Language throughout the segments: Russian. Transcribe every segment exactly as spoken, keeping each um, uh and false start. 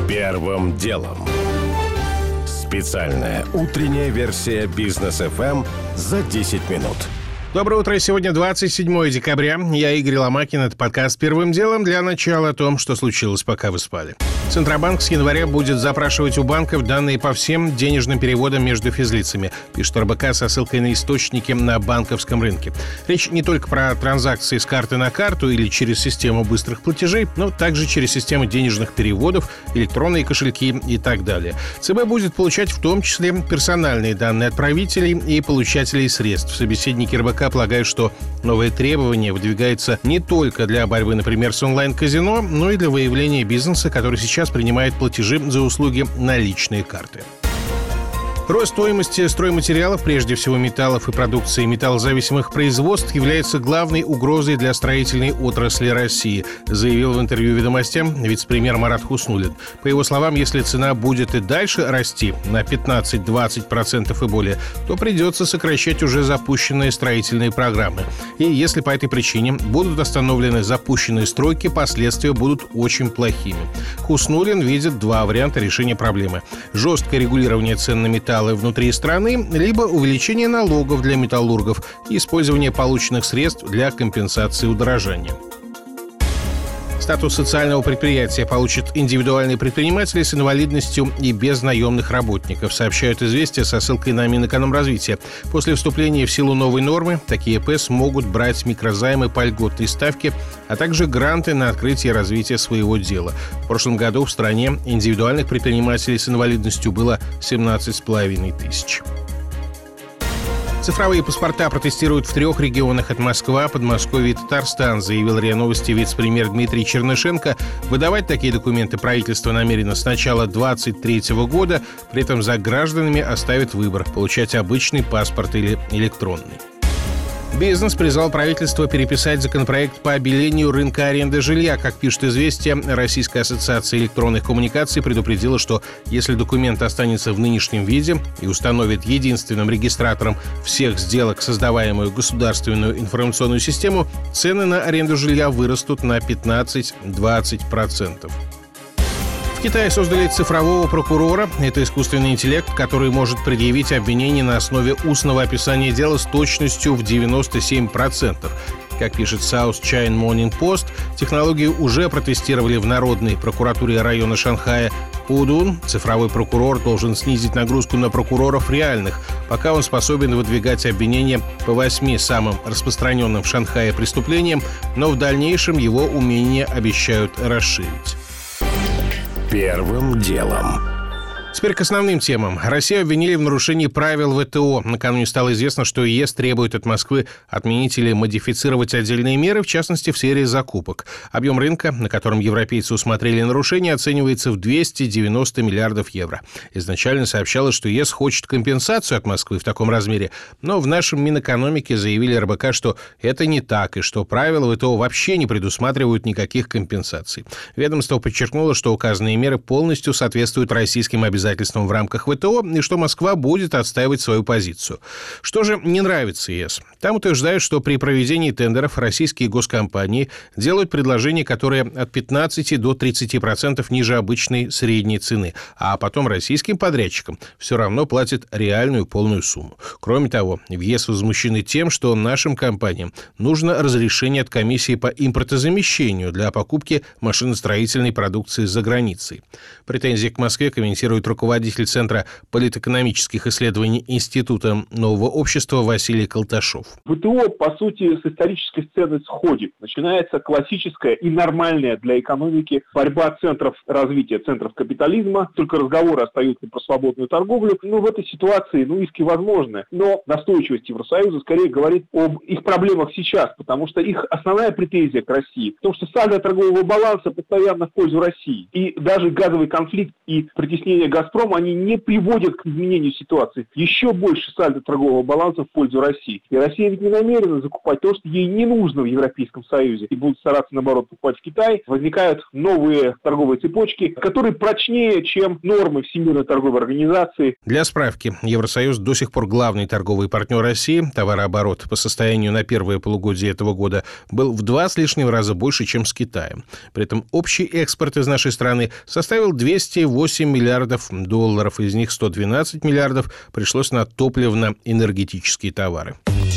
Первым делом. Специальная утренняя версия Бизнес эф эм за десять минут. Доброе утро. Сегодня двадцать седьмое декабря. Я Игорь Ломакин. Это подкаст «Первым делом». Для начала о том, что случилось, пока вы спали. Центробанк с января будет запрашивать у банков данные по всем денежным переводам между физлицами, пишет эр бэ ка со ссылкой на источники на банковском рынке. Речь не только про транзакции с карты на карту или через систему быстрых платежей, но также через системы денежных переводов, электронные кошельки и так далее. цэ бэ будет получать в том числе персональные данные отправителей и получателей средств. Собеседники эр бэ ка полагают, что новые требования выдвигаются не только для борьбы, например, с онлайн-казино, но и для выявления бизнеса, который сейчас принимает платежи за услуги наличные карты. Рост стоимости стройматериалов, прежде всего металлов и продукции металлозависимых производств, является главной угрозой для строительной отрасли России, заявил в интервью «Ведомостям» вице-премьер Марат Хуснуллин. По его словам, если цена будет и дальше расти на пятнадцать-двадцать процентов и более, то придется сокращать уже запущенные строительные программы. И если по этой причине будут остановлены запущенные стройки, последствия будут очень плохими. Хуснуллин видит два варианта решения проблемы: жесткое регулирование цен на металл внутри страны, либо увеличение налогов для металлургов и использование полученных средств для компенсации удорожания. Статус социального предприятия получат индивидуальные предприниматели с инвалидностью и без наемных работников, сообщают «Известия» со ссылкой на Минэкономразвития. После вступления в силу новой нормы такие и пэ смогут брать микрозаймы по льготной ставке, а также гранты на открытие и развитие своего дела. В прошлом году в стране индивидуальных предпринимателей с инвалидностью было семнадцать с половиной тысяч. Цифровые паспорта протестируют в трех регионах: от Москвы, Подмосковья и Татарстан, заявил РИА Новости вице-премьер Дмитрий Чернышенко. Выдавать такие документы правительство намерено с начала две тысячи двадцать третьего года, при этом за гражданами оставит выбор – получать обычный паспорт или электронный. Бизнес призвал правительство переписать законопроект по обелению рынка аренды жилья. Как пишет «Известия», Российская ассоциация электронных коммуникаций предупредила, что если документ останется в нынешнем виде и установит единственным регистратором всех сделок создаваемую государственную информационную систему, цены на аренду жилья вырастут на пятнадцать-двадцать процентов. В Китае создали цифрового прокурора. Это искусственный интеллект, который может предъявить обвинение на основе устного описания дела с точностью в девяносто семь процентов. Как пишет South China Morning Post, технологию уже протестировали в Народной прокуратуре района Шанхая. Пудун, цифровой прокурор, должен снизить нагрузку на прокуроров реальных, пока он способен выдвигать обвинения по восьми самым распространенным в Шанхае преступлениям, но в дальнейшем его умения обещают расширить. Первым делом. Теперь к основным темам. Россию обвинили в нарушении правил вэ тэ о. Накануне стало известно, что ЕС требует от Москвы отменить или модифицировать отдельные меры, в частности, в сфере закупок. Объем рынка, на котором европейцы усмотрели нарушение, оценивается в двести девяносто миллиардов евро. Изначально сообщалось, что ЕС хочет компенсацию от Москвы в таком размере, но в нашем Минэкономике заявили эр бэ ка, что это не так, и что правила вэ тэ о вообще не предусматривают никаких компенсаций. Ведомство подчеркнуло, что указанные меры полностью соответствуют российским обязательствам обязательствам в рамках вэ тэ о, и что Москва будет отстаивать свою позицию. Что же не нравится ЕС? Там утверждают, что при проведении тендеров российские госкомпании делают предложения, которые от пятнадцати до тридцати процентов ниже обычной средней цены, а потом российским подрядчикам все равно платят реальную полную сумму. Кроме того, в ЕС возмущены тем, что нашим компаниям нужно разрешение от комиссии по импортозамещению для покупки машиностроительной продукции за границей. Претензии к Москве комментирует руководитель Центра политэкономических исследований Института нового общества Василий Колташов. вэ тэ о, по сути, с исторической сцены сходит. Начинается классическая и нормальная для экономики борьба центров развития, центров капитализма. Только разговоры остаются про свободную торговлю. Ну, в этой ситуации, ну, иски возможны. Но настойчивость Евросоюза скорее говорит об их проблемах сейчас, потому что их основная претензия к России в том, что сальдо торгового баланса постоянно в пользу России. И даже газовый конфликт и притеснение газового «Газпром», они не приводят к изменению ситуации. Еще больше сальдо торгового баланса в пользу России. И Россия ведь не намерена закупать то, что ей не нужно в Европейском Союзе, и будут стараться, наоборот, покупать в Китае. Возникают новые торговые цепочки, которые прочнее, чем нормы Всемирной торговой организации. Для справки, Евросоюз до сих пор главный торговый партнер России. Товарооборот по состоянию на первое полугодие этого года был в два с лишним раза больше, чем с Китаем. При этом общий экспорт из нашей страны составил двести восемь миллиардов долларов, из них сто двенадцать миллиардов пришлось на топливно-энергетические товары.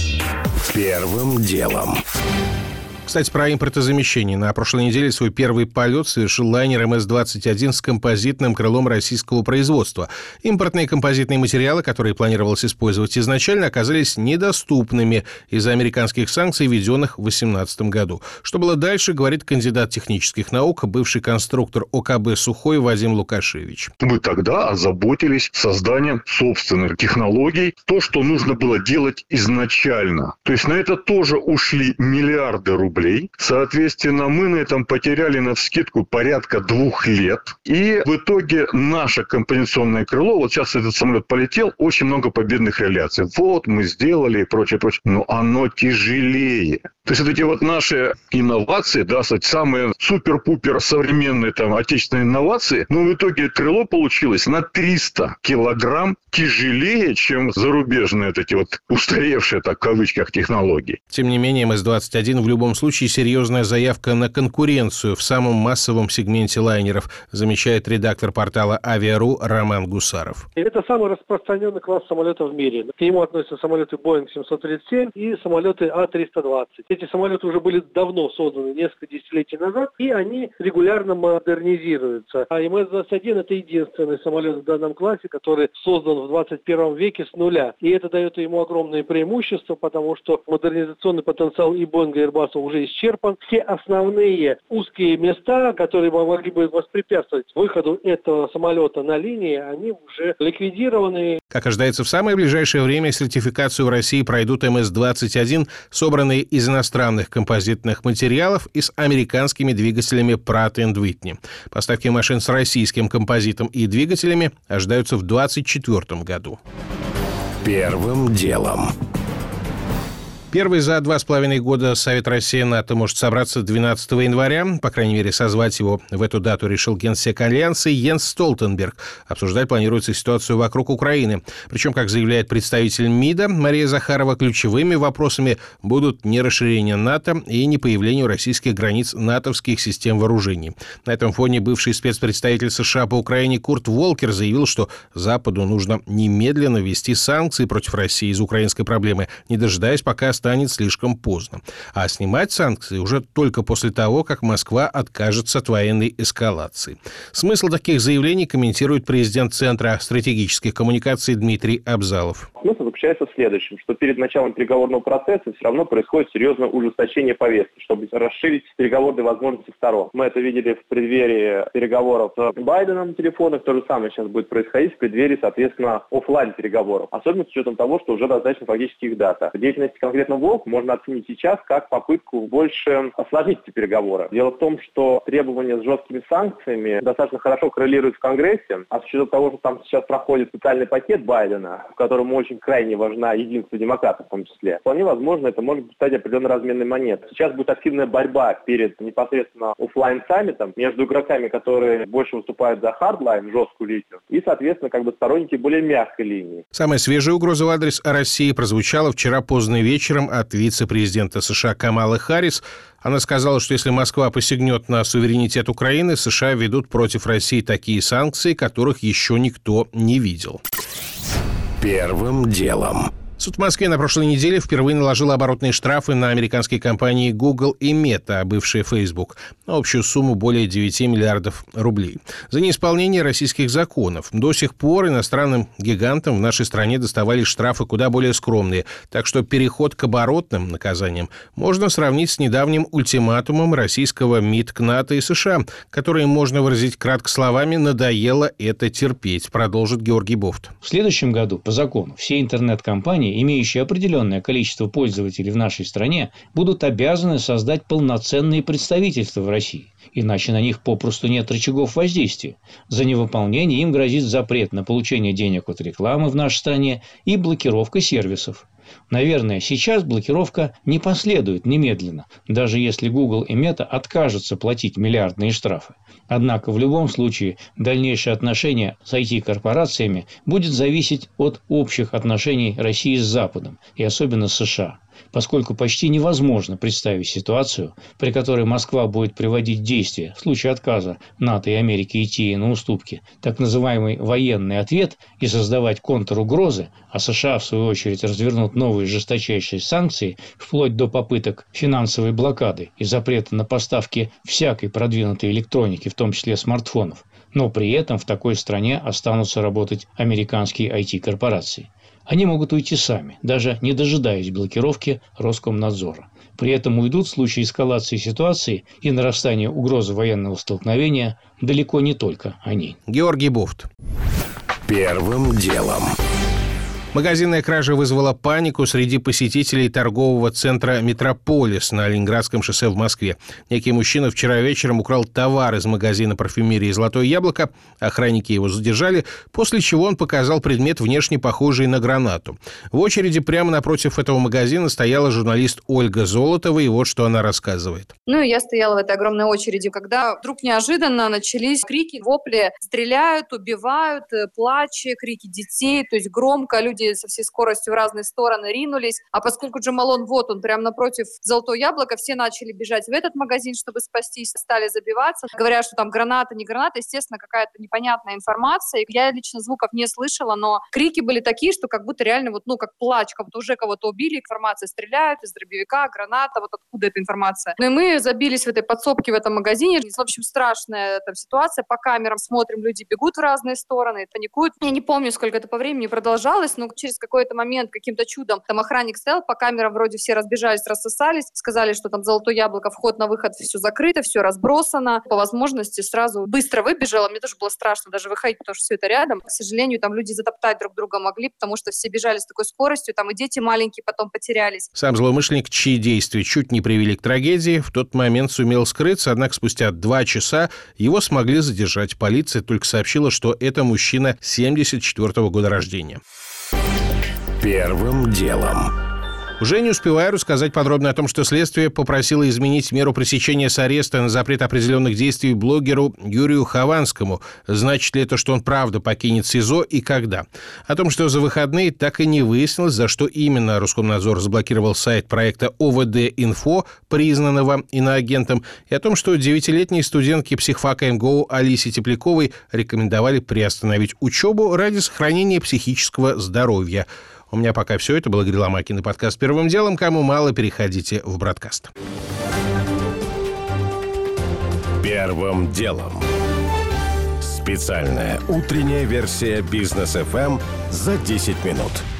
Первым делом. Кстати, про импортозамещение. На прошлой неделе свой первый полет совершил лайнер эм эс двадцать один с композитным крылом российского производства. Импортные композитные материалы, которые планировалось использовать изначально, оказались недоступными из-за американских санкций, введенных в две тысячи восемнадцатом году. Что было дальше, говорит кандидат технических наук, бывший конструктор о ка бэ «Сухой» Вадим Лукашевич. Мы тогда озаботились созданием собственных технологий, то, что нужно было делать изначально. То есть на это тоже ушли миллиарды рублей. Соответственно, мы на этом потеряли навскидку порядка двух лет. И в итоге наше композиционное крыло, вот сейчас этот самолет полетел, очень много победных реляций. Вот мы сделали и прочее, прочее. Но оно тяжелее. То есть вот эти вот наши инновации, да, самые супер-пупер современные там отечественные инновации, но в итоге крыло получилось на триста килограмм тяжелее, чем зарубежные вот эти вот устаревшие, так в кавычках, технологии. Тем не менее, эм эс двадцать один в любом случае серьезная заявка на конкуренцию в самом массовом сегменте лайнеров, замечает редактор портала «Авиару» Роман Гусаров. Это самый распространенный класс самолетов в мире. К нему относятся самолеты Боинг семьсот тридцать семь и самолеты А триста двадцать. Эти самолеты уже были давно созданы, несколько десятилетий назад, и они регулярно модернизируются. А эм эс двадцать один – это единственный самолет в данном классе, который создан в двадцать первом веке с нуля. И это дает ему огромные преимущества, потому что модернизационный потенциал и Боинга, и Airbus уже исчерпан. Все основные узкие места, которые могли бы воспрепятствовать выходу этого самолета на линии, они уже ликвидированы. Как ожидается, в самое ближайшее время сертификацию в России пройдут эм эс двадцать один, собранные из иностранных композитных материалов и с американскими двигателями Pratt энд Whitney. Поставки машин с российским композитом и двигателями ожидаются в две тысячи двадцать четвёртом году. Первым делом. Первый за два с половиной года Совет Россия-НАТО может собраться двенадцатого января. По крайней мере, созвать его в эту дату решил генсек Альянса Йенс Столтенберг. Обсуждать планируется ситуацию вокруг Украины. Причем, как заявляет представитель МИДа Мария Захарова, ключевыми вопросами будут не расширение НАТО и не появление у российских границ натовских систем вооружений. На этом фоне бывший спецпредставитель США по Украине Курт Волкер заявил, что Западу нужно немедленно ввести санкции против России из-за украинской проблемы, не дожидаясь, пока станет слишком поздно. А снимать санкции уже только после того, как Москва откажется от военной эскалации. Смысл таких заявлений комментирует президент Центра стратегических коммуникаций Дмитрий Абзалов. Смысл заключается в следующем, что перед началом переговорного процесса все равно происходит серьезное ужесточение повестки, чтобы расширить переговорные возможности сторон. Мы это видели в преддверии переговоров с Байденом на телефонах, то же самое сейчас будет происходить в преддверии, соответственно, офлайн переговоров. Особенно с учетом того, что уже назначена фактически их дата. Деятельность конкретно ВОЛК можно оценить сейчас как попытку больше осложнить эти переговоры. Дело в том, что требования с жесткими санкциями достаточно хорошо коррелируют в Конгрессе, а с учетом того, что там сейчас проходит специальный пакет Байдена, в котором очень крайне важна единство демократов в том числе, вполне возможно, это может стать определенной разменной монетой. Сейчас будет активная борьба перед непосредственно офлайн-саммитом между игроками, которые больше выступают за хардлайн, жесткую линию, и, соответственно, как бы сторонники более мягкой линии. Самая свежая угроза в адрес России прозвучала вчера поздно вечером от вице-президента США Камалы Харрис. Она сказала, что если Москва посягнет на суверенитет Украины, США ведут против России такие санкции, которых еще никто не видел. Первым делом. Суд в Москве на прошлой неделе впервые наложил оборотные штрафы на американские компании Google и Meta, бывшие Facebook, на общую сумму более девяти миллиардов рублей. За неисполнение российских законов. До сих пор иностранным гигантам в нашей стране доставались штрафы куда более скромные, так что переход к оборотным наказаниям можно сравнить с недавним ультиматумом российского МИД к НАТО и США, которые можно выразить кратко словами «надоело это терпеть», продолжит Георгий Бофт. В следующем году по закону все интернет-компании компании, имеющие определенное количество пользователей в нашей стране, будут обязаны создать полноценные представительства в России. Иначе на них попросту нет рычагов воздействия. За невыполнение им грозит запрет на получение денег от рекламы в нашей стране и блокировка сервисов. Наверное, сейчас блокировка не последует немедленно, даже если Google и Meta откажутся платить миллиардные штрафы. Однако в любом случае дальнейшее отношение с ай ти-корпорациями будет зависеть от общих отношений России с Западом, и особенно с США. Поскольку почти невозможно представить ситуацию, при которой Москва будет приводить в действие в случае отказа НАТО и Америки идти на уступки, так называемый военный ответ и создавать контругрозы, а США в свою очередь развернут новые жесточайшие санкции, вплоть до попыток финансовой блокады и запрета на поставки всякой продвинутой электроники, в том числе смартфонов. Но при этом в такой стране останутся работать американские ай ти-корпорации. Они могут уйти сами, даже не дожидаясь блокировки Роскомнадзора. При этом уйдут в случае эскалации ситуации и нарастания угрозы военного столкновения далеко не только они. Георгий Буфт. Первым делом. Магазинная кража вызвала панику среди посетителей торгового центра «Метрополис» на Ленинградском шоссе в Москве. Некий мужчина вчера вечером украл товар из магазина парфюмерии «Золотое яблоко». Охранники его задержали, после чего он показал предмет, внешне похожий на гранату. В очереди прямо напротив этого магазина стояла журналист Ольга Золотова, и вот что она рассказывает. Ну, я стояла в этой огромной очереди, когда вдруг неожиданно начались крики, вопли, стреляют, убивают, плач, крики детей, то есть громко люди со всей скоростью в разные стороны ринулись. А поскольку Джамалон, вот он, прямо напротив «Золотое яблоко», все начали бежать в этот магазин, чтобы спастись, стали забиваться. Говорят, что там граната, не граната, естественно, какая-то непонятная информация. Я лично звуков не слышала, но крики были такие, что как будто реально вот, ну, как плач, как будто уже кого-то убили, информация стреляют из дробовика, граната, вот откуда эта информация. Ну и мы забились в этой подсобке в этом магазине. В общем, страшная там ситуация. По камерам смотрим, люди бегут в разные стороны, паникуют. Я не помню, сколько это по времени продолжалось, но через какой-то момент каким-то чудом там охранник стоял, по камерам вроде все разбежались, рассосались, сказали, что там «Золотое яблоко», вход на выход, все закрыто, все разбросано. По возможности сразу быстро выбежала. Мне тоже было страшно даже выходить, потому что все это рядом. К сожалению, там люди затоптать друг друга могли, потому что все бежали с такой скоростью, там и дети маленькие потом потерялись. Сам злоумышленник, чьи действия чуть не привели к трагедии, в тот момент сумел скрыться, однако спустя два часа его смогли задержать. Полиция только сообщила, что это мужчина семьдесят четвёртого года рождения. Первым делом. Уже не успеваю рассказать подробно о том, что следствие попросило изменить меру пресечения с ареста на запрет определенных действий блогеру Юрию Хованскому. Значит ли это, что он правда покинет СИЗО и когда? О том, что за выходные так и не выяснилось, за что именно Роскомнадзор заблокировал сайт проекта о вэ дэ-инфо, признанного иноагентом, и о том, что девятилетней студентке психфака эм гэ у Алисе Тепляковой рекомендовали приостановить учебу ради сохранения психического здоровья. У меня пока все. Это был Игорь Ломакин и подкаст «Первым делом». Кому мало, переходите в Бродкаст. Первым делом. Специальная утренняя версия «Бизнес эф эм» за десять минут.